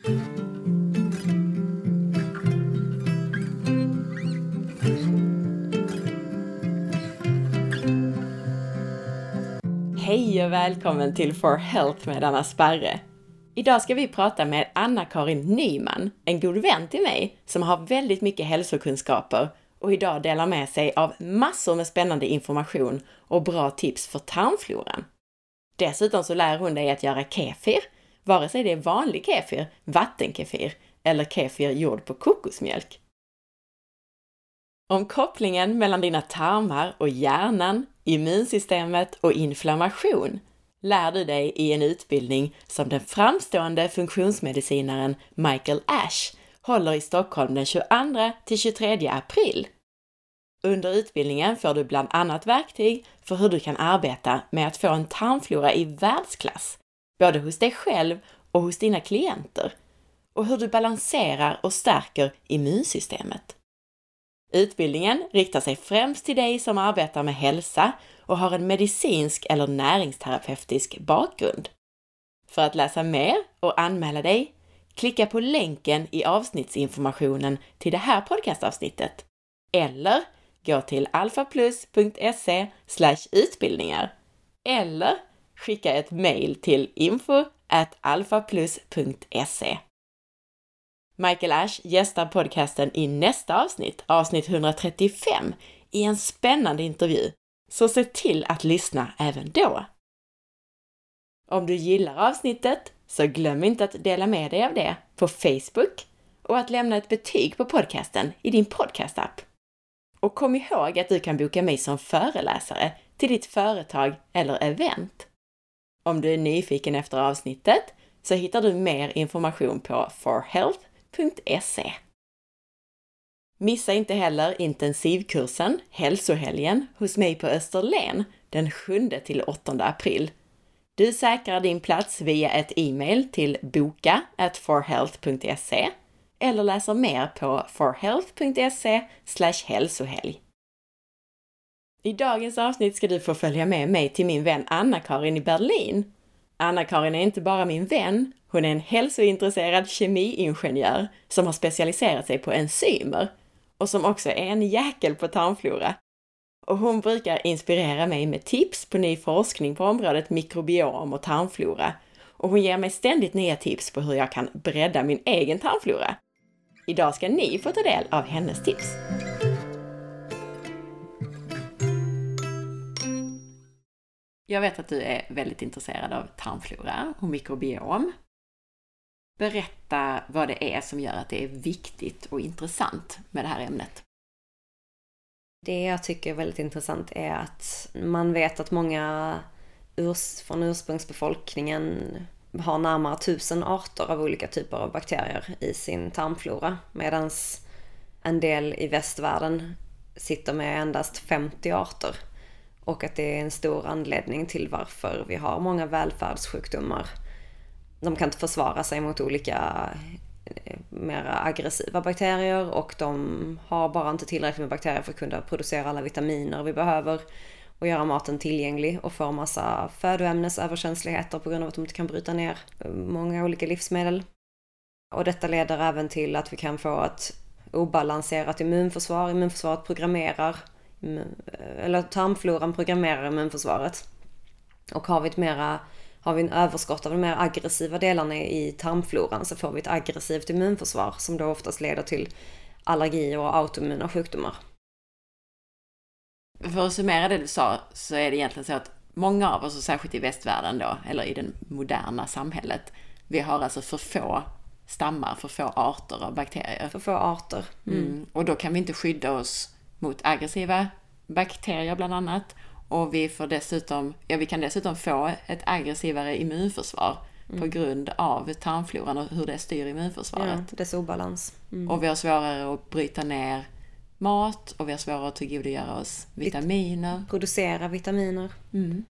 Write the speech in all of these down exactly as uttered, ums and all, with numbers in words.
Hej och välkommen till For Health med Anna Sparre. Idag ska vi prata med Anna-Karin Nyman, en god vän till mig som har väldigt mycket hälsokunskaper och idag delar med sig av massor med spännande information och bra tips för tarmfloran. Dessutom så lär hon dig att göra kefir, vare sig det är vanlig kefir, vattenkefir eller kefir gjord på kokosmjölk. Om kopplingen mellan dina tarmar och hjärnan, immunsystemet och inflammation lär du dig i en utbildning som den framstående funktionsmedicinaren Michael Ash håller i Stockholm den tjugoandra till tjugotredje april. Under utbildningen får du bland annat verktyg för hur du kan arbeta med att få en tarmflora i världsklass, både hos dig själv och hos dina klienter, och hur du balanserar och stärker immunsystemet. Utbildningen riktar sig främst till dig som arbetar med hälsa och har en medicinsk eller näringsterapeutisk bakgrund. För att läsa mer och anmäla dig, klicka på länken i avsnittsinformationen till det här podcastavsnittet eller gå till alfaplus.se slash utbildningar eller skicka ett mejl till info at alfaplus.se. Michael Ash gästar podcasten i nästa avsnitt, avsnitt etthundratrettiofem, i en spännande intervju. Så se till att lyssna även då. Om du gillar avsnittet så glöm inte att dela med dig av det på Facebook och att lämna ett betyg på podcasten i din podcastapp. Och kom ihåg att du kan boka mig som föreläsare till ditt företag eller event. Om du är nyfiken efter avsnittet så hittar du mer information på for health punkt se. Missa inte heller intensivkursen Hälsohelgen hos mig på Österlen den sjunde till åttonde april. Du säkrar din plats via ett e-mail till boka at for health punkt se eller läser mer på for health punkt se slash hälsohelg. I dagens avsnitt ska du få följa med mig till min vän Anna-Karin i Berlin. Anna-Karin är inte bara min vän, hon är en hälsointresserad kemiingenjör som har specialiserat sig på enzymer och som också är en jäkel på tarmflora. Och hon brukar inspirera mig med tips på ny forskning på området mikrobiom och tarmflora. Och hon ger mig ständigt nya tips på hur jag kan bredda min egen tarmflora. Idag ska ni få ta del av hennes tips. Jag vet att du är väldigt intresserad av tarmflora och mikrobiom. Berätta vad det är som gör att det är viktigt och intressant med det här ämnet. Det jag tycker är väldigt intressant är att man vet att många urs- från ursprungsbefolkningen har närmare tusen arter av olika typer av bakterier i sin tarmflora. Medan en del i västvärlden sitter med endast femtio arter. Och att det är en stor anledning till varför vi har många välfärdssjukdomar. De kan inte försvara sig mot olika mer aggressiva bakterier och de har bara inte tillräckligt med bakterier för att kunna producera alla vitaminer vi behöver och göra maten tillgänglig och få massa födoämnesöverkänsligheter på grund av att de inte kan bryta ner många olika livsmedel. Och detta leder även till att vi kan få ett obalanserat immunförsvar. Immunförsvaret programmerar, eller tarmfloran programmerar immunförsvaret. Och har vi ett mera Har vi en överskott av de mer aggressiva delarna i tarmfloran så får vi ett aggressivt immunförsvar som då oftast leder till allergier och autoimmuna sjukdomar. För att summera det du sa så är det egentligen så att många av oss, och särskilt i västvärlden då, eller i det moderna samhället, vi har alltså för få stammar, för få arter av bakterier. För få arter. Mm. Mm. Och då kan vi inte skydda oss mot aggressiva bakterier bland annat. Och vi får dessutom, ja, vi kan dessutom få ett aggressivare immunförsvar mm. på grund av tarmfloran och hur det styr immunförsvaret. Ja, dess obalans. Mm. Och vi har svårare att bryta ner mat och vi har svårare att tillgodogöra oss vitaminer. Producera vitaminer. Mm.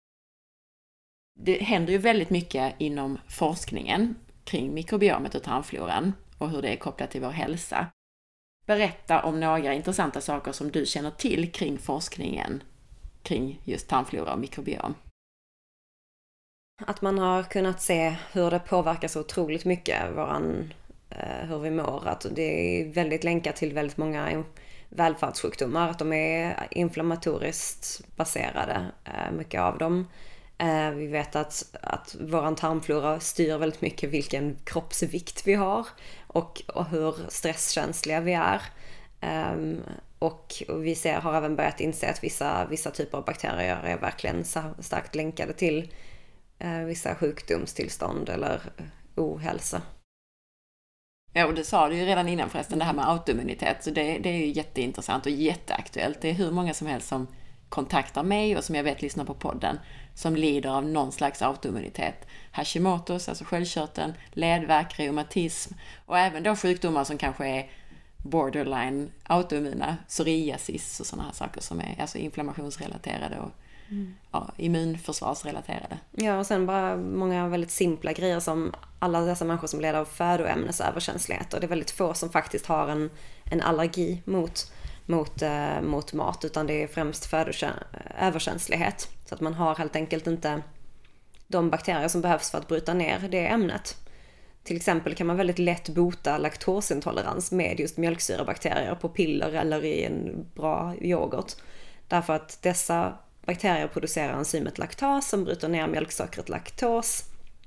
Det händer ju väldigt mycket inom forskningen kring mikrobiomet och tarmfloran och hur det är kopplat till vår hälsa. Berätta om några intressanta saker som du känner till kring forskningen kring just tarmflora och mikrobiom. Att man har kunnat se hur det påverkar så otroligt mycket våran, eh, hur vi mår. Att det är väldigt länkat till väldigt många välfärdssjukdomar. Att de är inflammatoriskt baserade, eh, mycket av dem. Eh, vi vet att, att våran tarmflora styr väldigt mycket vilken kroppsvikt vi har. Och, och hur stresskänsliga vi är. Um, och vi ser, har även börjat inse att vissa, vissa typer av bakterier är verkligen starkt länkade till uh, vissa sjukdomstillstånd eller ohälsa. Ja, och det sa du ju redan innan förresten, det här med autoimmunitet. Så det, det är ju jätteintressant och jätteaktuellt. Det är hur många som helst som kontaktar mig och som jag vet lyssnar på podden som lider av någon slags autoimmunitet. Hashimotos, alltså sköldkörteln, ledvärk, reumatism och även då sjukdomar som kanske är borderline autoimmuna, psoriasis och sådana här saker som är alltså inflammationsrelaterade och mm. ja, immunförsvarsrelaterade. Ja, och sen bara många väldigt simpla grejer som alla dessa människor som lider av födoämnesöverkänslighet, och det är väldigt få som faktiskt har en, en allergi mot, mot, eh, mot mat, utan det är främst födoöverkänslighet. Så att man har helt enkelt inte de bakterier som behövs för att bryta ner det ämnet. Till exempel kan man väldigt lätt bota laktosintolerans med just mjölksyrebakterier på piller eller i en bra yoghurt. Därför att dessa bakterier producerar enzymet laktas som bryter ner mjölksockret laktos.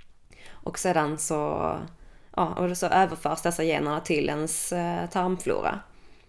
Och sedan så, ja, och så överförs dessa generna till ens eh, tarmflora.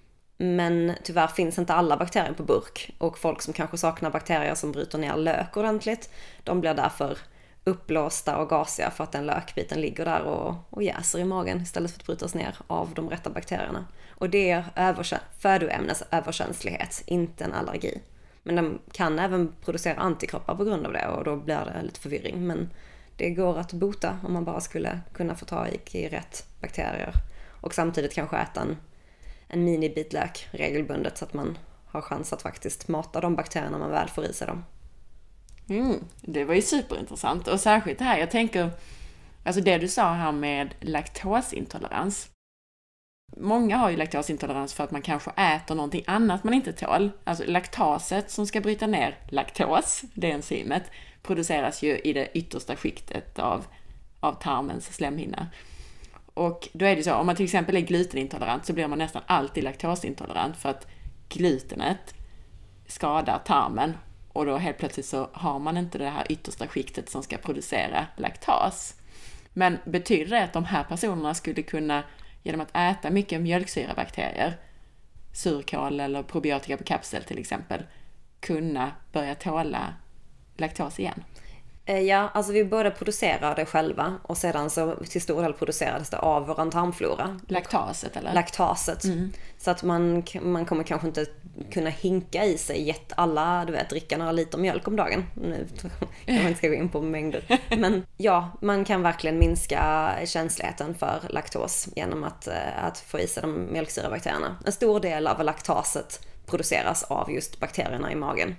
Men tyvärr finns inte alla bakterier på burk. Och folk som kanske saknar bakterier som bryter ner lök ordentligt, de blir därför uppblåsta och gasiga för att den lökbiten ligger där och, och jäser i magen istället för att brytas ner av de rätta bakterierna. Och det är överkä- födoämnesöverkänslighet, inte en allergi. Men de kan även producera antikroppar på grund av det, och då blir det lite förvirring. Men det går att bota om man bara skulle kunna få ta i, i rätt bakterier. Och samtidigt kanske äta en, en minibit lök regelbundet så att man har chans att faktiskt mata de bakterierna man väl får i sig dem. Mm, det var ju superintressant. Och särskilt det här, jag tänker, alltså det du sa här med laktosintolerans. Många har ju laktosintolerans för att man kanske äter någonting annat man inte tål. Alltså laktaset som ska bryta ner laktos, det enzymet, produceras ju i det yttersta skiktet av, av tarmens slemhinna. Och då är det så, om man till exempel är glutenintolerant så blir man nästan alltid laktosintolerant för att glutenet skadar tarmen. Och då helt plötsligt så har man inte det här yttersta skiktet som ska producera laktas. Men betyder det att de här personerna skulle kunna, genom att äta mycket mjölksyrabakterier, surkål eller probiotika på kapsel till exempel, kunna börja tåla laktas igen? Ja, alltså vi både producerar det själva och sedan så till stor del produceras det av våran tarmflora. Laktaset eller? Laktaset. Mm. Så att man, man kommer kanske inte kunna hinka i sig gett alla, du vet, dricka några liter mjölk om dagen. Nu kan man inte gå in på mängder. Men ja, man kan verkligen minska känsligheten för laktos genom att, att få i sig de mjölksyrabakterierna. En stor del av laktaset produceras av just bakterierna i magen.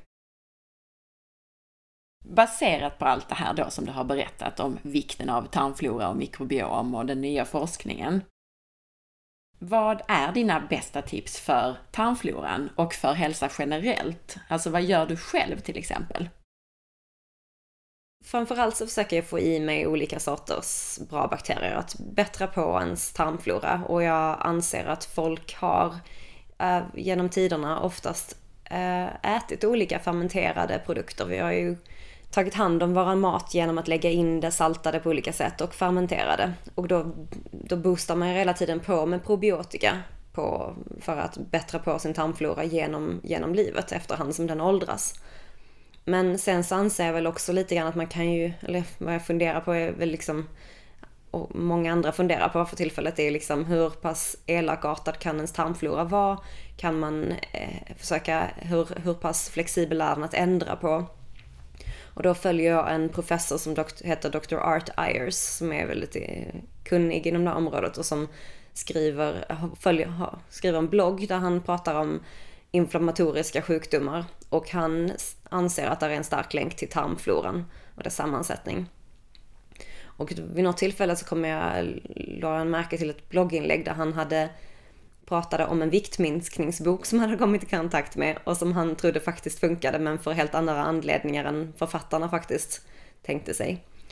Baserat på allt det här då som du har berättat om vikten av tarmflora och mikrobiom och den nya forskningen. Vad är dina bästa tips för tarmfloran och för hälsa generellt? Alltså vad gör du själv till exempel? Framförallt så försöker jag få i mig olika sorters bra bakterier, att bättra på ens tarmflora. Och jag anser att folk har äh, genom tiderna oftast äh, ätit olika fermenterade produkter. Vi har ju tagit hand om våran mat genom att lägga in det saltade på olika sätt och fermentera det. Och då, då boostar man hela tiden på med probiotika på, för att bättra på sin tarmflora genom, genom livet efterhand som den åldras. Men sen så anser jag väl också lite grann att man kan ju, eller vad jag funderar på är väl liksom, och många andra funderar på för tillfället, är liksom hur pass elakartad kan ens tarmflora vara? Kan man eh, försöka, hur, hur pass flexibel är den att ändra på? Och då följer jag en professor som dokt- heter doktor Art Ayers, som är väldigt kunnig inom det här området och som skriver, följer, skriver en blogg där han pratar om inflammatoriska sjukdomar. Och han anser att det är en stark länk till tarmfloran och dess sammansättning. Och vid något tillfälle så kommer jag la en märke till ett blogginlägg där han hade pratade om en viktminskningsbok som han hade kommit i kontakt med och som han trodde faktiskt funkade, men för helt andra anledningar än författarna faktiskt tänkte sig.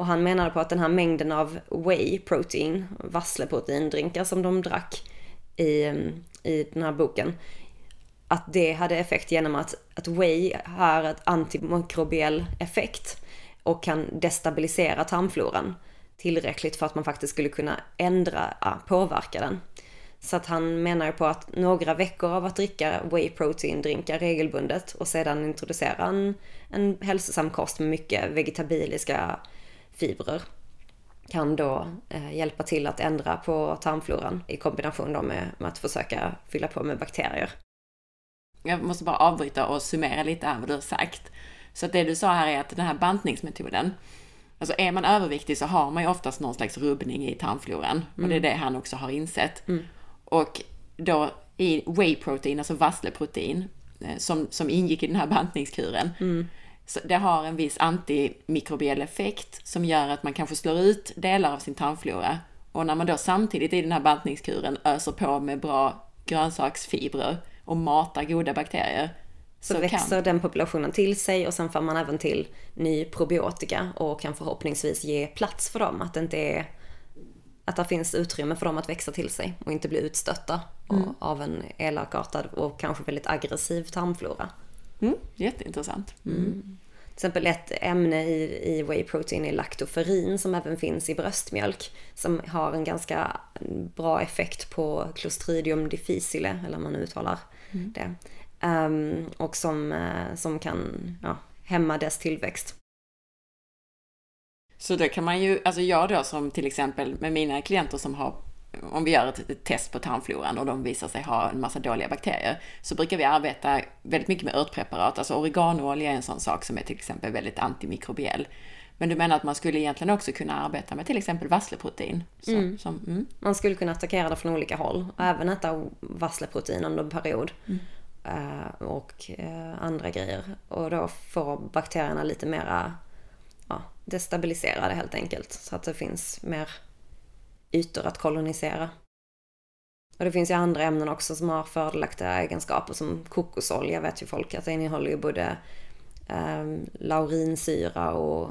Och han menade på att den här mängden av whey protein, vassleproteindrinkar som de drack i, i den här boken, att det hade effekt genom att, att whey har ett antimikrobiell effekt och kan destabilisera tarmfloran tillräckligt för att man faktiskt skulle kunna ändra, ja, påverka den. Så att han menar på att några veckor av att dricka whey protein drinkar regelbundet och sedan introducera en, en hälsosam kost med mycket vegetabiliska fibrer kan då eh, hjälpa till att ändra på tarmfloran i kombination då med, med att försöka fylla på med bakterier. Jag måste bara avbryta och summera lite av vad du har sagt. Så att det du sa här är att den här bantningsmetoden, alltså är man överviktig så har man ju oftast någon slags rubbning i tarmfloran. Mm. Och det är det han också har insett. Mm. Och då i whey protein, alltså vassleprotein, som, som ingick i den här bantningskuren, mm. så det har en viss antimikrobiell effekt som gör att man kanske slår ut delar av sin tarmflora. Och när man då samtidigt i den här bantningskuren öser på med bra grönsaksfibrer och matar goda bakterier, så, så växer kan... den populationen till sig, och sen får man även till ny probiotika och kan förhoppningsvis ge plats för dem. Att det inte är, att det finns utrymme för dem att växa till sig och inte bli utstötta mm. av en elakartad och kanske väldigt aggressiv tarmflora. Mm, jätteintressant. Mm. Mm. Till exempel ett ämne i, i whey protein är laktoferin, som även finns i bröstmjölk, som har en ganska bra effekt på Clostridium difficile, eller man uttalar mm. det. Um, och som, uh, som kan ja, hämma dess tillväxt. Så då kan man ju, alltså jag då som till exempel med mina klienter som har, om vi gör ett, ett test på tarmfloran och de visar sig ha en massa dåliga bakterier, så brukar vi arbeta väldigt mycket med örtpreparat. Alltså oreganoolja är en sån sak som är till exempel väldigt antimikrobiell. Men du menar att man skulle egentligen också kunna arbeta med till exempel vassleprotein? Så, mm. som, mm. Man skulle kunna attackera det från olika håll och även äta vassleprotein under en period. Mm. Uh, och uh, andra grejer. Och då får bakterierna lite mera ja, destabiliserade helt enkelt. Så att det finns mer ytor att kolonisera. Och det finns ju andra ämnen också som har fördelaktiga egenskaper, som kokosolja vet ju folk att det innehåller ju både eh, laurinsyra och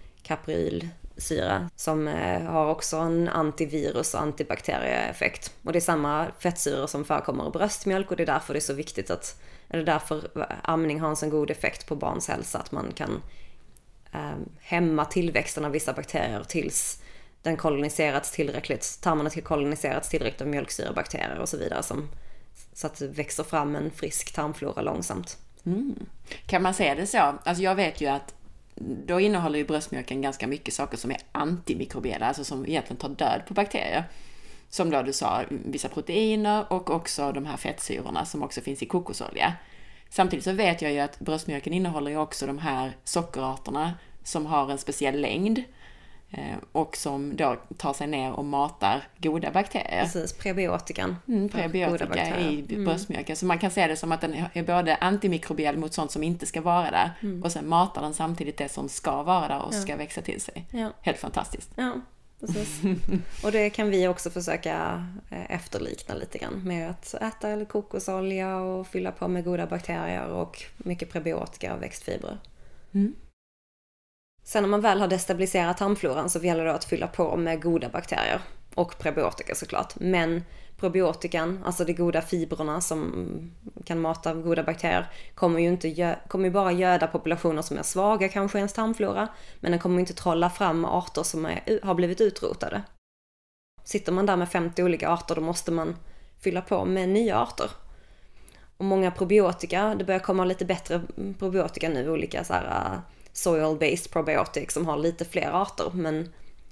kaprylsyra som eh, har också en antivirus- och antibakterieeffekt. Och det är samma fettsyror som förekommer i bröstmjölk, och det är därför det är så viktigt att, eller därför amning har en så god effekt på barns hälsa, att man kan eh, hämma tillväxten av vissa bakterier tills den koloniserats tillräckligt, tarmarna ska koloniserats tillräckligt av mjölksyrebakterier och så vidare, som, så att det växer fram en frisk tarmflora långsamt. Mm. Kan man säga det så? Alltså jag vet ju att då innehåller ju bröstmjölken ganska mycket saker som är antimikrobiella, alltså som egentligen tar död på bakterier. Som då du sa, vissa proteiner och också de här fettsyrorna som också finns i kokosolja. Samtidigt så vet jag ju att bröstmjölken innehåller ju också de här sockerarterna som har en speciell längd och som då tar sig ner och matar goda bakterier. Precis, prebiotikan. Mm, prebiotika i bröstmjölken. Mm. Så man kan se det som att den är både antimikrobiell mot sånt som inte ska vara där. Mm. Och sen matar den samtidigt det som ska vara där och ja. ska växa till sig. Ja. Helt fantastiskt. Ja, precis. Och det kan vi också försöka efterlikna lite grann med att äta eller kokosolja och fylla på med goda bakterier och mycket prebiotika och växtfibrer. Mm. Sen när man väl har destabiliserat tarmfloran så gäller det att fylla på med goda bakterier och prebiotika såklart. Men probiotikan, alltså de goda fibrerna som kan mata goda bakterier, kommer ju inte gö- kommer ju bara göda populationer som är svaga kanske i ens tarmflora, men den kommer ju inte trolla fram arter som är, har blivit utrotade. Sitter man där med femtio olika arter, då måste man fylla på med nya arter. Och många probiotika, det börjar komma lite bättre probiotika nu, olika så här soil-based probiotics som har lite fler arter, men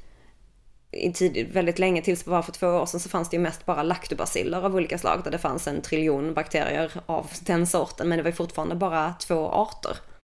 i tid, väldigt länge tills bara för två år sedan så fanns det ju mest bara lactobaciller av olika slag, där det fanns en triljon bakterier av den sorten, men det var fortfarande bara två arter.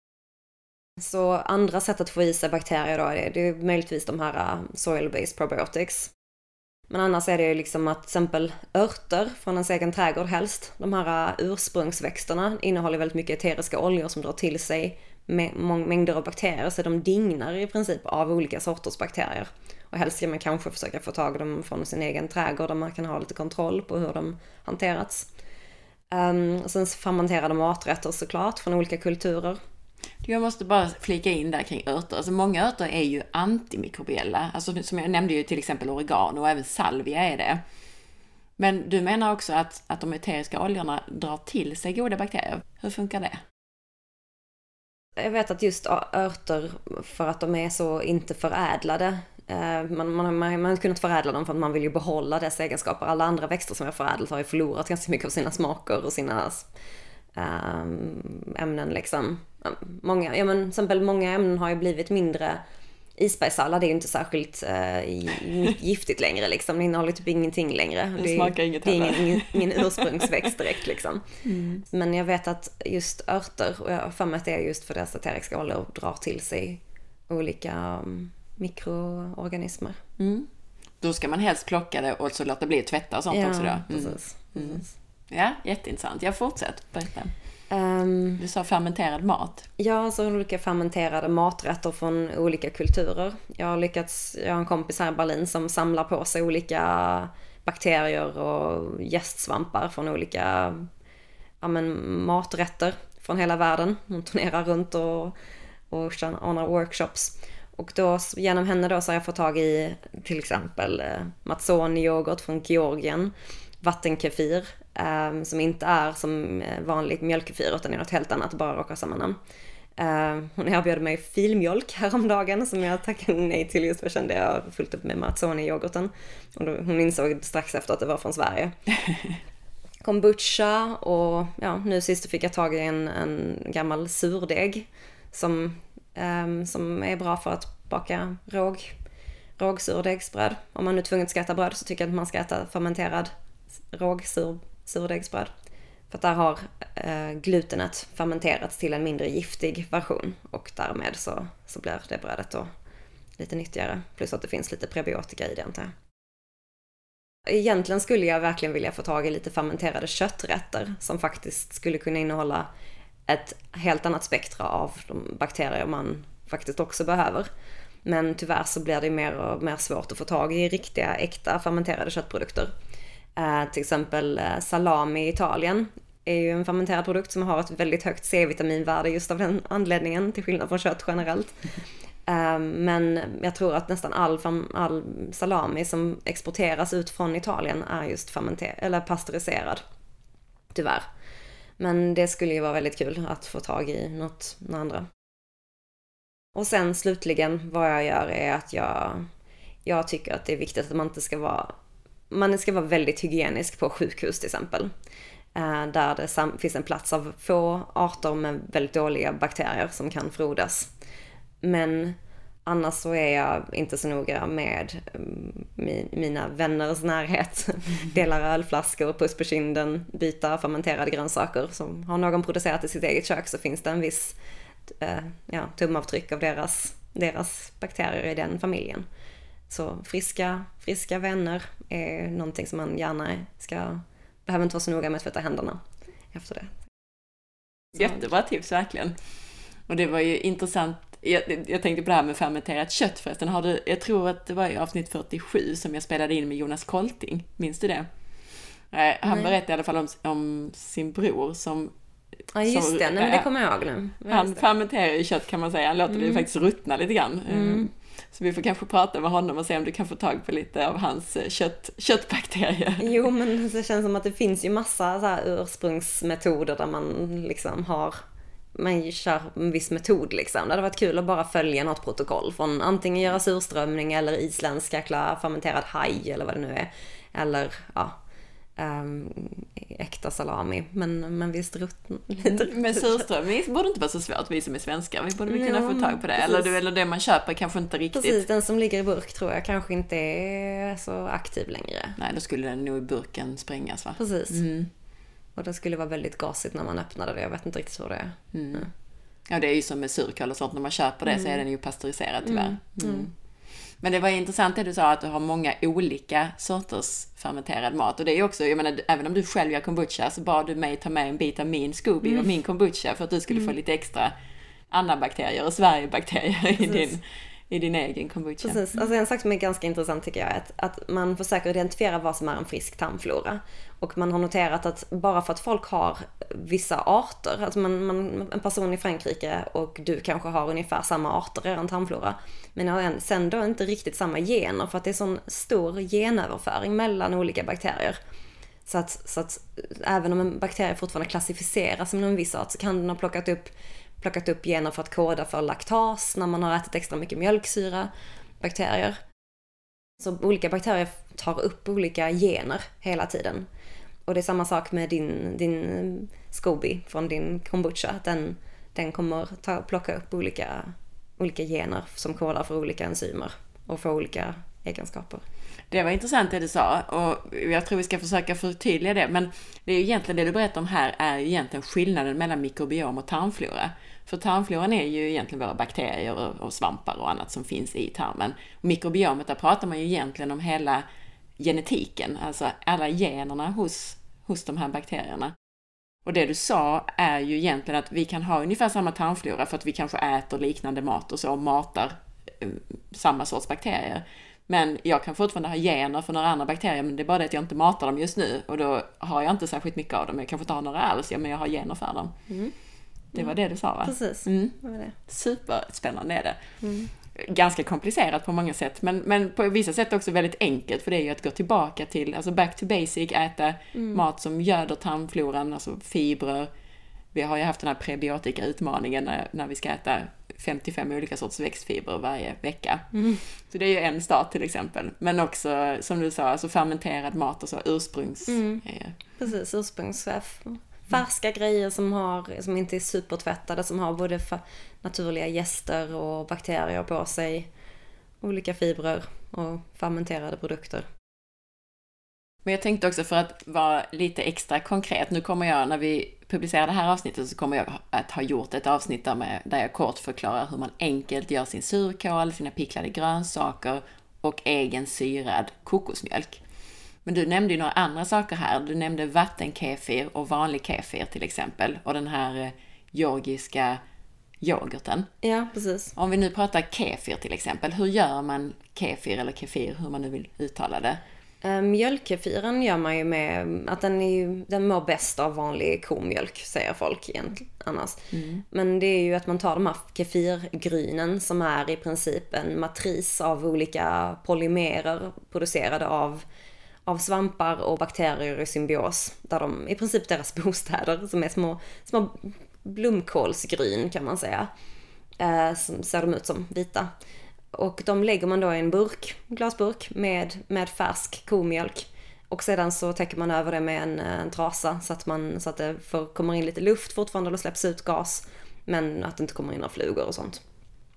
Så andra sätt att få i sig bakterier då är det är möjligtvis de här soil-based probiotics. Men annars är det ju liksom att till exempel örter från ens egen trädgård helst, de här ursprungsväxterna innehåller väldigt mycket eteriska oljor som drar till sig mängder av bakterier, så de dignar i princip av olika sorters bakterier. Och helst ska man kanske försöka få tag i dem från sin egen trädgård där man kan ha lite kontroll på hur de hanterats. Um, och sen fermenterade maträtter såklart från olika kulturer. Jag måste bara flika in där kring örter. Alltså många örter är ju antimikrobiella. Alltså som jag nämnde ju till exempel oregano och även salvia är det. Men du menar också att, att de eteriska oljorna drar till sig goda bakterier. Hur funkar det? Jag vet att just örter, för att de är så inte förädlade, man, man, man, man har kunnat förädla dem för att man vill ju behålla dessa egenskaper. Alla andra växter som är förädlat har ju förlorat ganska mycket av sina smaker och sina ähm, ämnen liksom. Många, ja men till exempel många ämnen har ju blivit mindre. Isbergssallad är ju inte särskilt äh, giftigt längre liksom. Det innehåller typ ingenting längre. Det, det smakar inget det är ingen, ingen, ingen ursprungsväxt direkt liksom. Mm. Men jag vet att just örter, och jag har för mig att det är just för deras eteriska oljor drar till sig olika um, mikroorganismer. Mm. Då ska man helst plocka det och så låta det bli tvätta och sånt ja, också då. Mm. Precis. Mm. precis. Ja, jätteintressant. Jag fortsätter berätta. Um, du sa fermenterad mat. Ja, så olika fermenterade maträtter från olika kulturer. Jag har lyckats, jag har en kompis här i Berlin som samlar på sig olika bakterier och jästsvampar från olika ja, men, maträtter från hela världen. Hon turnerar runt och, och ordnar workshops. Och då, genom henne då så har jag fått tag i till exempel eh, Mazzoni-yoghurt från Georgien, vattenkefir eh, som inte är som vanlig mjölkkefir utan är något helt annat, bara råkar samma namn. Eh, hon erbjöd mig filmjölk häromdagen som jag tackade nej till just för jag kände jag fullt upp med Mazzoni-yoghurten. Och då, hon insåg strax efter att det var från Sverige. Kombucha och ja, nu sist fick jag tag i en, en gammal surdeg som Um, som är bra för att baka råg, rågsurdegsbröd. Om man nu är tvungen att äta bröd så tycker jag att man ska äta fermenterad rågsurdegsbröd. För att där har uh, glutenet fermenterats till en mindre giftig version och därmed så, så blir det brödet då lite nyttigare. Plus att det finns lite prebiotika i det antar jag. Egentligen skulle jag verkligen vilja få tag i lite fermenterade kötträtter som faktiskt skulle kunna innehålla ett helt annat spektra av de bakterier man faktiskt också behöver. Men tyvärr så blir det mer och mer svårt att få tag i riktiga, äkta fermenterade köttprodukter. Eh, till exempel eh, salami i Italien är ju en fermenterad produkt som har ett väldigt högt C-vitaminvärde just av den anledningen, till skillnad från kött generellt. Eh, men jag tror att nästan all, all salami som exporteras ut från Italien är just fermenterad eller pasteuriserad. Tyvärr. Men det skulle ju vara väldigt kul att få tag i något med andra. Och sen slutligen vad jag gör är att jag, jag tycker att det är viktigt att man inte ska vara, man ska vara väldigt hygienisk på sjukhus till exempel. Eh, där det sam- finns en plats av få arter med väldigt dåliga bakterier som kan frodas. Men annars så är jag inte så noga med min, mina vänners närhet. Delar ölflaskor, puss på kinden, byta fermenterade grönsaker. Som har någon producerat i sitt eget kök så finns det en viss eh, ja, tumavtryck av deras, deras bakterier i den familjen. Så friska, friska vänner är någonting som man gärna ska, behöver inte vara så noga med att tvätta händerna efter det. Så. Jättebra tips verkligen. Och det var ju intressant. Jag, jag tänkte på det här med fermenterat kött förresten. Har du, jag tror att det var i avsnitt fyrtiosju som jag spelade in med Jonas Kolting. Minns du det? Eh, han Nej. berättade i alla fall om, om sin bror som... Ja just som, det, Nej, men det kommer jag ihåg nu. Jag han fermenterar ju kött kan man säga. Han låter mm. det faktiskt ruttna lite grann. Mm. Så vi får kanske prata med honom och se om du kan få tag på lite av hans kött, köttbakterier. Jo, men det känns som att det finns ju massa så här ursprungsmetoder där man liksom har... man kör en viss metod liksom. Det hade varit kul att bara följa något protokoll från antingen göra surströmming eller isländsk jäkla fermenterad haj eller vad det nu är. Eller ja, ähm, äkta salami. Men, men visst rutten lite. Men surströmming borde inte vara så svårt, vi som är svenskar. Vi borde väl kunna ja, få tag på det. Eller det, eller det man köper kanske inte riktigt. Precis, den som ligger i burk tror jag kanske inte är så aktiv längre. Nej, då skulle den nog i burken sprängas va? Precis. Mm. Och det skulle vara väldigt gasigt när man öppnade det. Jag vet inte riktigt hur det är. Mm. Ja. ja, det är ju som med surkål och sånt. När man köper det mm. så är den ju pasteuriserad tyvärr. Mm. Mm. Men det var intressant det du sa att du har många olika sorters fermenterad mat. Och det är ju också, jag menar, även om du själv gör kombucha så bad du mig ta med en bit av min Scooby mm. och min kombucha för att du skulle mm. få lite extra anabakterier och Sverigebakterier i din, i din egen kombucha. Precis. Alltså en sak som är ganska intressant tycker jag är att, att man försöker identifiera vad som är en frisk tarmflora. Och man har noterat att bara för att folk har vissa arter, alltså man, man, en person i Frankrike och du kanske har ungefär samma arter i en tarmflora, men sen då inte riktigt samma gener för att det är sån stor genöverföring mellan olika bakterier. Så att, så att även om en bakterie fortfarande klassificeras som en viss art så kan den ha plockat upp, plockat upp gener för att koda för laktas när man har ätit extra mycket mjölksyra, bakterier. Så olika bakterier tar upp olika gener hela tiden. Och det är samma sak med din, din SCOBY från din kombucha. Den, den kommer ta, plocka upp olika, olika gener som kodar för olika enzymer och för olika egenskaper. Det var intressant det du sa och jag tror vi ska försöka förtydliga det. Men det är ju egentligen det du berättar om här är egentligen skillnaden mellan mikrobiom och tarmflora. För tarmfloran är ju egentligen våra bakterier och, och svampar och annat som finns i tarmen. Och mikrobiomet, där pratar man ju egentligen om hela genetiken, alltså alla generna hos, hos de här bakterierna. Och det du sa är ju egentligen att vi kan ha ungefär samma tarmflora för att vi kanske äter liknande mat och så och matar eh, samma sorts bakterier. Men jag kan fortfarande ha gener för några andra bakterier, men det är bara det att jag inte matar dem just nu och då har jag inte särskilt mycket av dem. Jag kanske inte har några alls, ja, men jag har gener för dem. Mm. Det var det du sa, va? Precis, mm. det var det. Superspännande är det. Mm. Ganska komplicerat på många sätt, men, men på vissa sätt också väldigt enkelt, för det är ju att gå tillbaka till, alltså back to basic, äta mm. mat som göder tarmfloran, alltså fibrer. Vi har ju haft den här prebiotika-utmaningen när, när vi ska äta femtiofem olika sorts växtfibrer varje vecka. Mm. Så det är ju en start till exempel. Men också, som du sa, alltså fermenterad mat och så ursprungs... Mm. Eh. Precis, ursprungsväv. Färska mm. grejer som, har, som inte är supertvättade, som har både naturliga gäster och bakterier på sig. Olika fibrer och fermenterade produkter. Men jag tänkte också, för att vara lite extra konkret, nu kommer jag, när vi publicerar det här avsnittet så kommer jag att ha gjort ett avsnitt där, med, där jag kort förklarar hur man enkelt gör sin surkål, sina picklade grönsaker och egen syrad kokosmjölk. Men du nämnde ju några andra saker här. Du nämnde vattenkefir och vanlig kefir till exempel, och den här georgiska yoghurten. Ja, precis. Om vi nu pratar kefir till exempel, hur gör man kefir eller kefir, hur man nu vill uttala det? Mjölkkefiren gör man ju med att den, är ju, den mår bäst av vanlig komjölk, säger folk egentligen annars. Mm. Men det är ju att man tar de här kefirgrynen som är i princip en matris av olika polymerer producerade av, av svampar och bakterier i symbios. Där de, i princip deras bostäder, som är små, små blomkålsgryn kan man säga. Eh, som ser de ut som vita. Och de lägger man då i en burk, glasburk med, med färsk komjölk. Och sedan så täcker man över det med en, en trasa så att, man, så att det får, kommer in lite luft fortfarande och släpps ut gas. Men att det inte kommer in några flugor och sånt.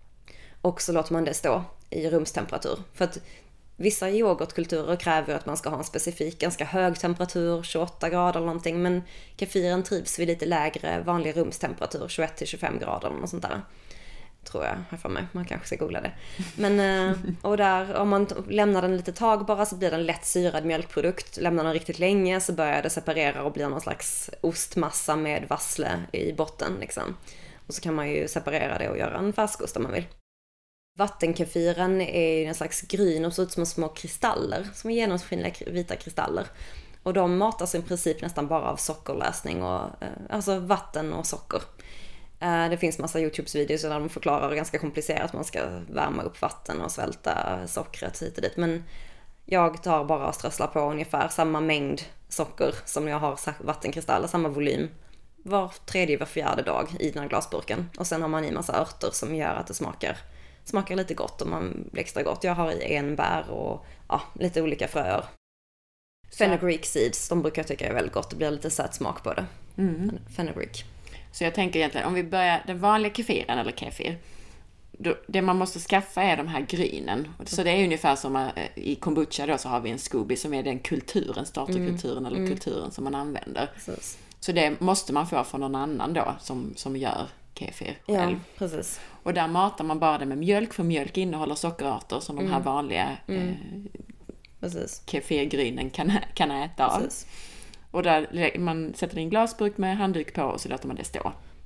Och så låter man det stå i rumstemperatur. För att vissa yoghurtkulturer kräver att man ska ha en specifik ganska hög temperatur, tjugoåtta grader eller någonting. Men kefiren trivs vid lite lägre vanlig rumstemperatur, tjugoett till tjugofem grader eller något sånt där. Tror jag, här för mig. Man kanske ska googla det. Men, och där, om man lämnar den lite tag bara så blir den lätt syrad mjölkprodukt. Lämnar den riktigt länge så börjar det separera och bli någon slags ostmassa med vassle i botten. Liksom. Och så kan man ju separera det och göra en färskost om man vill. Vattenkefiren är en slags gryn och ser ut som små kristaller. Som är genomskinliga vita kristaller. Och de matas i princip nästan bara av sockerlösning. Och, alltså vatten och socker. Det finns massa YouTube-videos där de förklarar ganska komplicerat att man ska värma upp vatten och svälta sockret hit och dit. Men jag tar bara och strösslar på ungefär samma mängd socker som jag har vattenkristaller, samma volym. Var tredje, var fjärde dag i den här glasburken. Och sen har man i massa örter som gör att det smakar, smakar lite gott och man blir extra gott. Jag har i enbär och ja, lite olika fröer. Fenugreek seeds, de brukar jag tycka är väldigt gott. Det blir lite sött smak på det. Mm. Fenugreek. Så jag tänker egentligen, om vi börjar den vanliga kefiren eller kefir, då, det man måste skaffa är de här grynen. Så det är ungefär som i kombucha då, så har vi en SCOBY som är den kulturen, starterkulturen mm. eller mm. kulturen som man använder. Precis. Så det måste man få från någon annan då som, som gör kefir själv. Ja, precis. Och där matar man bara det med mjölk, för mjölk innehåller sockerarter som mm. de här vanliga mm. eh, kefirgrynen kan, kan äta av. Precis. Och där man sätter en glasburk med handduk på och så låter man det stå.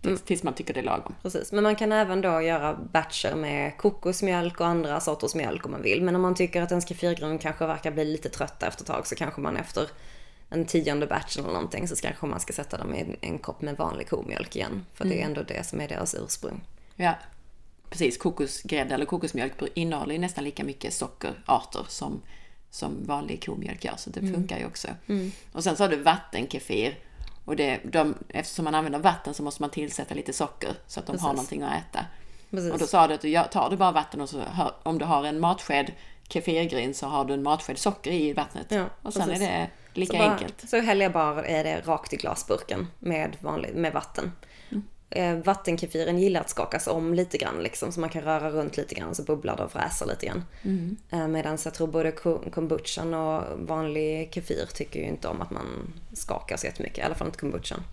tills, mm. tills man tycker det är lagom. Precis, men man kan även då göra batcher med kokosmjölk och andra sorters mjölk om man vill. Men om man tycker att ens kefirgryn kanske verkar bli lite trötta efter ett tag, så kanske man efter en tionde batch eller någonting så kanske man ska sätta dem i en kopp med vanlig komjölk igen. För mm. det är ändå det som är deras ursprung. Ja, precis. Kokosgrädde eller kokosmjölk innehåller ju nästan lika mycket sockerarter som, som vanlig komjölk gör. Så det mm. funkar ju också. Mm. Och sen så har du vattenkefir. Och det, de, eftersom man använder vatten så måste man tillsätta lite socker så att de Precis. Har någonting att äta. Precis. Och då sa du att du tar du bara vatten och så hör, om du har en matsked kefirgryn så har du en matsked socker i vattnet. Ja, och sen precis. Är det lika så enkelt. Bara, så häller jag bara är det rakt i glasburken med, vanlig, med vatten. Mm. Eh, vattenkefiren gillar att skakas om lite grann liksom, så man kan röra runt lite grann så bubblar det och fräser lite grann. Mm. Eh, medan jag tror både kombuchan och vanlig kefir tycker ju inte om att man skakar så jättemycket, i alla fall inte kombuchan.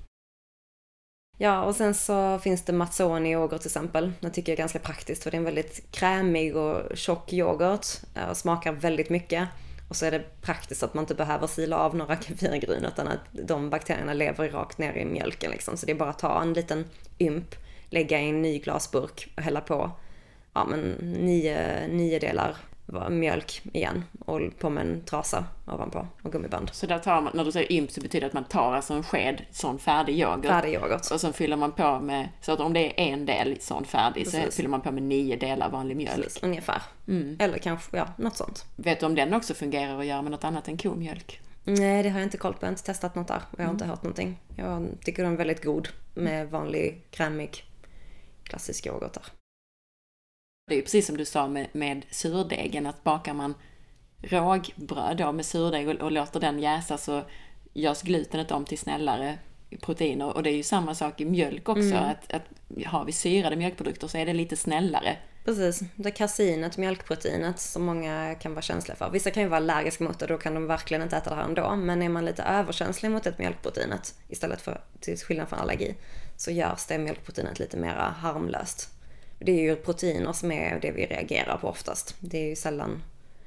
Ja, och sen så finns det Mazzoni yoghurt till exempel. Det tycker jag är ganska praktiskt för det är en väldigt krämig och tjock yoghurt och smakar väldigt mycket. Och så är det praktiskt att man inte behöver sila av några kefirgryn utan att de bakterierna lever rakt ner i mjölken liksom. Så det är bara att ta en liten ymp, lägga i en ny glasburk och hälla på ja, men nio, nio delar mjölk igen och på med en trasa ovanpå och gummiband. Så där tar man, när du säger ymp så betyder det att man tar alltså en sked sån färdig yoghurt. Färdig yoghurt. Och så fyller man på med, så att om det är en del sån färdig Precis. Så fyller man på med nio delar vanlig mjölk. Precis, ungefär. Mm. Eller kanske, ja, något sånt. Vet du om den också fungerar och gör med något annat än komjölk? Nej, det har jag inte koll på. Jag har inte testat något där. Jag har mm. inte hört någonting. Jag tycker den är väldigt god med vanlig, krämig, klassisk yoghurt där. Det är ju precis som du sa med, med surdegen, att bakar man rågbröd då med surdeg och, och låter den jäsa så görs glutenet om till snällare proteiner. Och det är ju samma sak i mjölk också, mm. att, att har vi syrade mjölkprodukter så är det lite snällare. Precis, det kaseinet, mjölkproteinet som många kan vara känsliga för. Vissa kan ju vara allergiska mot det, då kan de verkligen inte äta det här ändå. Men är man lite överkänslig mot ett mjölkproteinet istället för till skillnad från allergi så görs det mjölkproteinet lite mer harmlöst. Det är ju proteiner som är det vi reagerar på oftast. Det är ju sällan...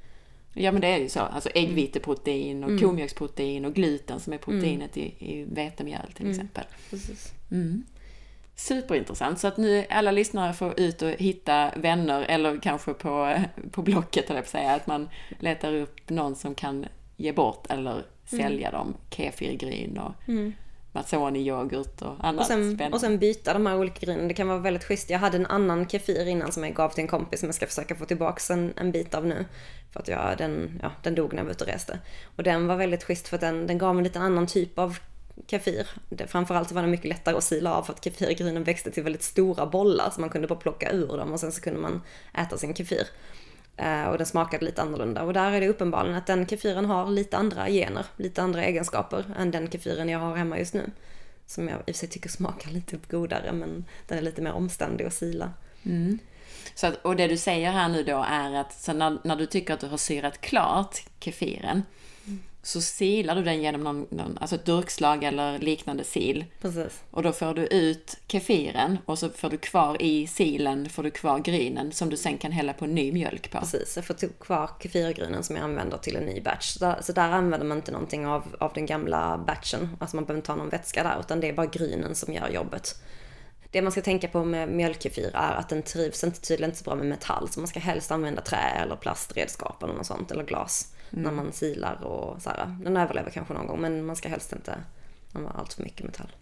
Ja, men det är ju så. Alltså äggviteprotein och mm. komjölksprotein och gluten som är proteinet mm. i, i vetemjöl till mm. exempel. Precis. Mm. Superintressant. Så att nu alla lyssnare får ut och hitta vänner eller kanske på, på Blocket eller på säga att man letar upp någon som kan ge bort eller sälja mm. dem. Kefirgryn och mm. Mazzoni-yoghurt och annat och sen, spännande. Och sen byta de här olika grynen. Det kan vara väldigt schysst. Jag hade en annan kefir innan som jag gav till en kompis som jag ska försöka få tillbaka en, en bit av nu. För att jag, den, ja, den dog när jag var ute och reste. Och den var väldigt schysst för att den, den gav en lite annan typ av kefir. Det, framförallt var det mycket lättare att sila av för att kefirgrynen växte till väldigt stora bollar så man kunde bara plocka ur dem och sen så kunde man äta sin kefir. Uh, och den smakade lite annorlunda. Och där är det uppenbarligen att den kefiren har lite andra gener, lite andra egenskaper än den kefiren jag har hemma just nu. Som jag i och för sig tycker smakar lite godare, men den är lite mer omständig att sila. Mm. Så att, och det du säger här nu då är att så när, när du tycker att du har syrat klart kefiren mm. så silar du den genom någon, någon, alltså ett durkslag eller liknande sil. Precis. Och då får du ut kefiren och så får du kvar i silen får du kvar grynen som du sen kan hälla på ny mjölk på. Precis, jag får typ kvar kefirgrynen som jag använder till en ny batch. Så där, så där använder man inte någonting av, av den gamla batchen. Alltså man behöver inte ta någon vätska där utan det är bara grynen som gör jobbet. Det man ska tänka på med mjölkkefir är att den trivs inte tydligen inte så bra med metall. Så man ska helst använda trä eller plastredskap eller något sånt eller glas. Mm. När man silar och så här. Den överlever kanske någon gång men man ska helst inte använda allt för mycket metall.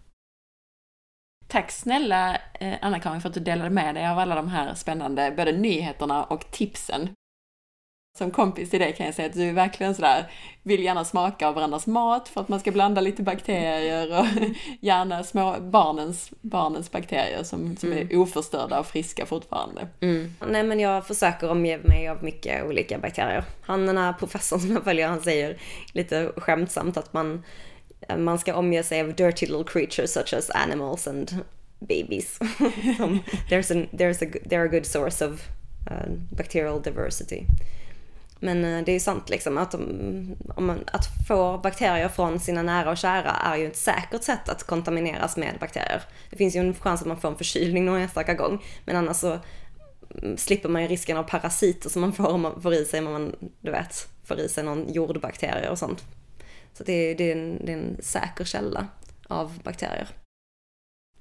Tack snälla eh, Anna-Karin för att du delade med dig av alla de här spännande både nyheterna och tipsen. Som kompis till dig kan jag säga att du är verkligen sådär, vill gärna smaka av varandras mat för att man ska blanda lite bakterier och gärna små barnens, barnens bakterier som, som mm. är oförstörda och friska fortfarande. Mm. Nej men jag försöker omge mig av mycket olika bakterier. Han den här professorn som jag följer, han säger lite skämtsamt att man, man ska omge sig av dirty little creatures such as animals and babies. there's a, there's a, they're a good source of uh, bacterial diversity. Men det är ju sant liksom att, om man, att få bakterier från sina nära och kära är ju ett säkert sätt att kontamineras med bakterier. Det finns ju en chans att man får en förkylning någon enstaka gång. Men annars så slipper man ju risken av parasiter som man får om man får i sig, om man du vet, får i sig någon jordbakterier och sånt. Så det är, det är, en, det är en säker källa av bakterier.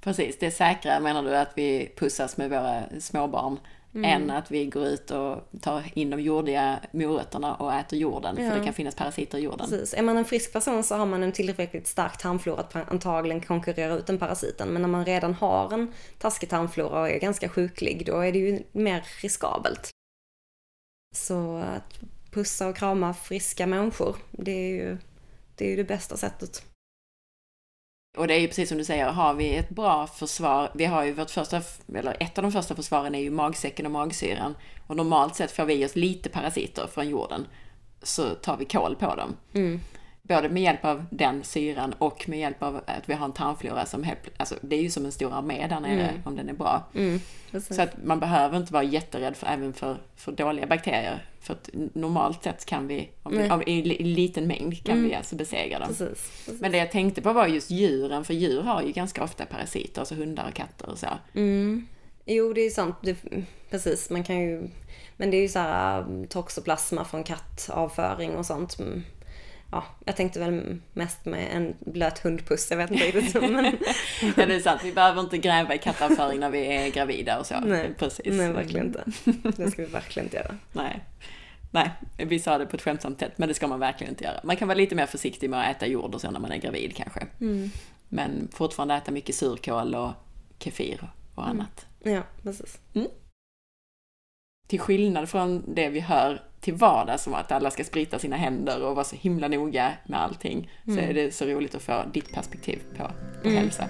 Precis, det är säkrare menar du att vi pussas med våra småbarn mm. än att vi går ut och tar in de jordiga morötterna och äter jorden. Ja. För det kan finnas parasiter i jorden. Precis. Är man en frisk person så har man en tillräckligt stark tarmflora att antagligen konkurrera ut den parasiten. Men när man redan har en taskig tarmflora och är ganska sjuklig, då är det ju mer riskabelt. Så att pussa och krama friska människor, det är ju det, är ju det bästa sättet. Och det är ju precis som du säger, har vi ett bra försvar, vi har ju vårt första, eller ett av de första försvaren är ju magsäcken och magsyran. Och normalt sett får vi oss lite parasiter från jorden, så tar vi kål på dem. Mm. Både med hjälp av den syran och med hjälp av att vi har en tarmflora som helt, alltså det är ju som en stor armé där nere mm. om den är bra. Mm. Så att man behöver inte vara jätterädd för, även för, för dåliga bakterier. För att normalt sett kan vi, om vi om, i, i liten mängd kan mm. vi alltså besegra dem. Precis. Precis. Men det jag tänkte på var just djuren, för djur har ju ganska ofta parasiter, alltså hundar och katter och så. Mm. Jo, det är sant. Det, precis, man kan ju, men det är ju så här toxoplasma från kattavföring och sånt. Ja, jag tänkte väl mest med en blöt hundpuss, jag vet inte riktigt. Men... ja, det är sant. Vi behöver inte gräva i kattavföring när vi är gravida och så. Nej, precis. Nej, verkligen inte. Det ska vi verkligen inte göra. Nej. Nej, vi sa det på ett skämtsamt sätt, men det ska man verkligen inte göra. Man kan vara lite mer försiktig med att äta jord och så när man är gravid kanske. Mm. Men fortfarande äta mycket surkål och kefir och annat. Mm. Ja, precis. Mm. Till skillnad från det vi hör till vardags, som att alla ska sprita sina händer och vara så himla noga med allting, mm. så är det så roligt att få ditt perspektiv på, på mm. hälsa.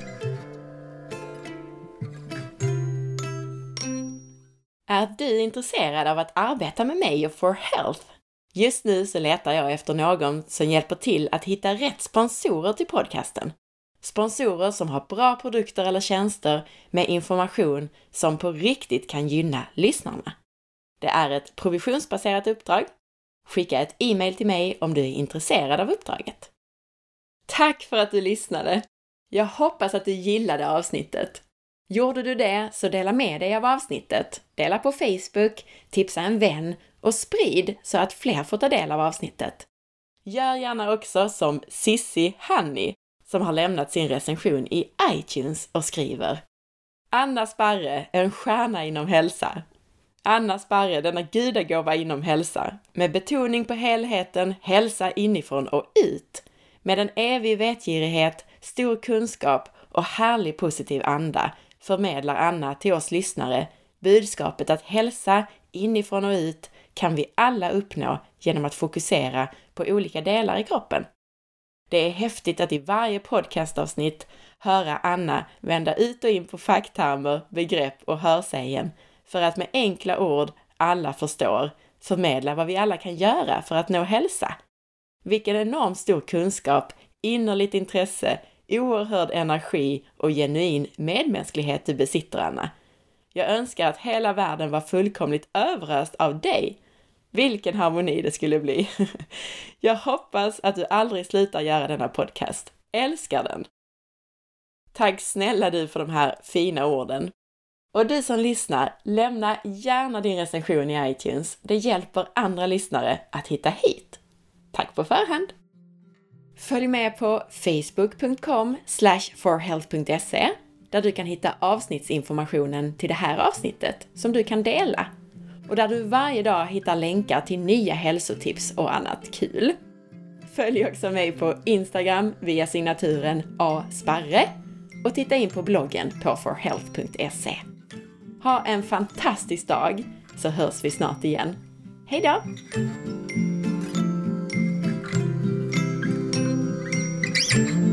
Är du intresserad av att arbeta med mig och For Health? Just nu så letar jag efter någon som hjälper till att hitta rätt sponsorer till podcasten. Sponsorer som har bra produkter eller tjänster med information som på riktigt kan gynna lyssnarna. Det är ett provisionsbaserat uppdrag. Skicka ett e-mail till mig om du är intresserad av uppdraget. Tack för att du lyssnade! Jag hoppas att du gillade avsnittet. Gjorde du det så dela med dig av avsnittet. Dela på Facebook, tipsa en vän och sprid så att fler får ta del av avsnittet. Gör gärna också som Sissi Hanni som har lämnat sin recension i iTunes och skriver: Anna Sparre, en stjärna inom hälsa. Anna Sparre, denna gudagåva inom hälsa, med betoning på helheten, hälsa inifrån och ut, med en evig vetgirighet, stor kunskap och härlig positiv anda, förmedlar Anna till oss lyssnare budskapet att hälsa inifrån och ut kan vi alla uppnå genom att fokusera på olika delar i kroppen. Det är häftigt att i varje podcastavsnitt höra Anna vända ut och in på facktermer, begrepp och hörsägen för att med enkla ord alla förstår förmedla vad vi alla kan göra för att nå hälsa. Vilken enorm stor kunskap, innerligt intresse, oerhörd energi och genuin medmänsklighet du besitter, Anna. Jag önskar att hela världen var fullkomligt överöst av dig. Vilken harmoni det skulle bli. Jag hoppas att du aldrig slutar göra denna podcast. Älskar den. Tack snälla du för de här fina orden. Och du som lyssnar, lämna gärna din recension i iTunes. Det hjälper andra lyssnare att hitta hit. Tack på förhand. Följ med på facebook punkt com slash forhealth punkt se där du kan hitta avsnittsinformationen till det här avsnittet som du kan dela. Och där du varje dag hittar länkar till nya hälsotips och annat kul. Följ också mig på Instagram via signaturen asparre och titta in på bloggen på forhealth punkt se. Ha en fantastisk dag så hörs vi snart igen. Hej då!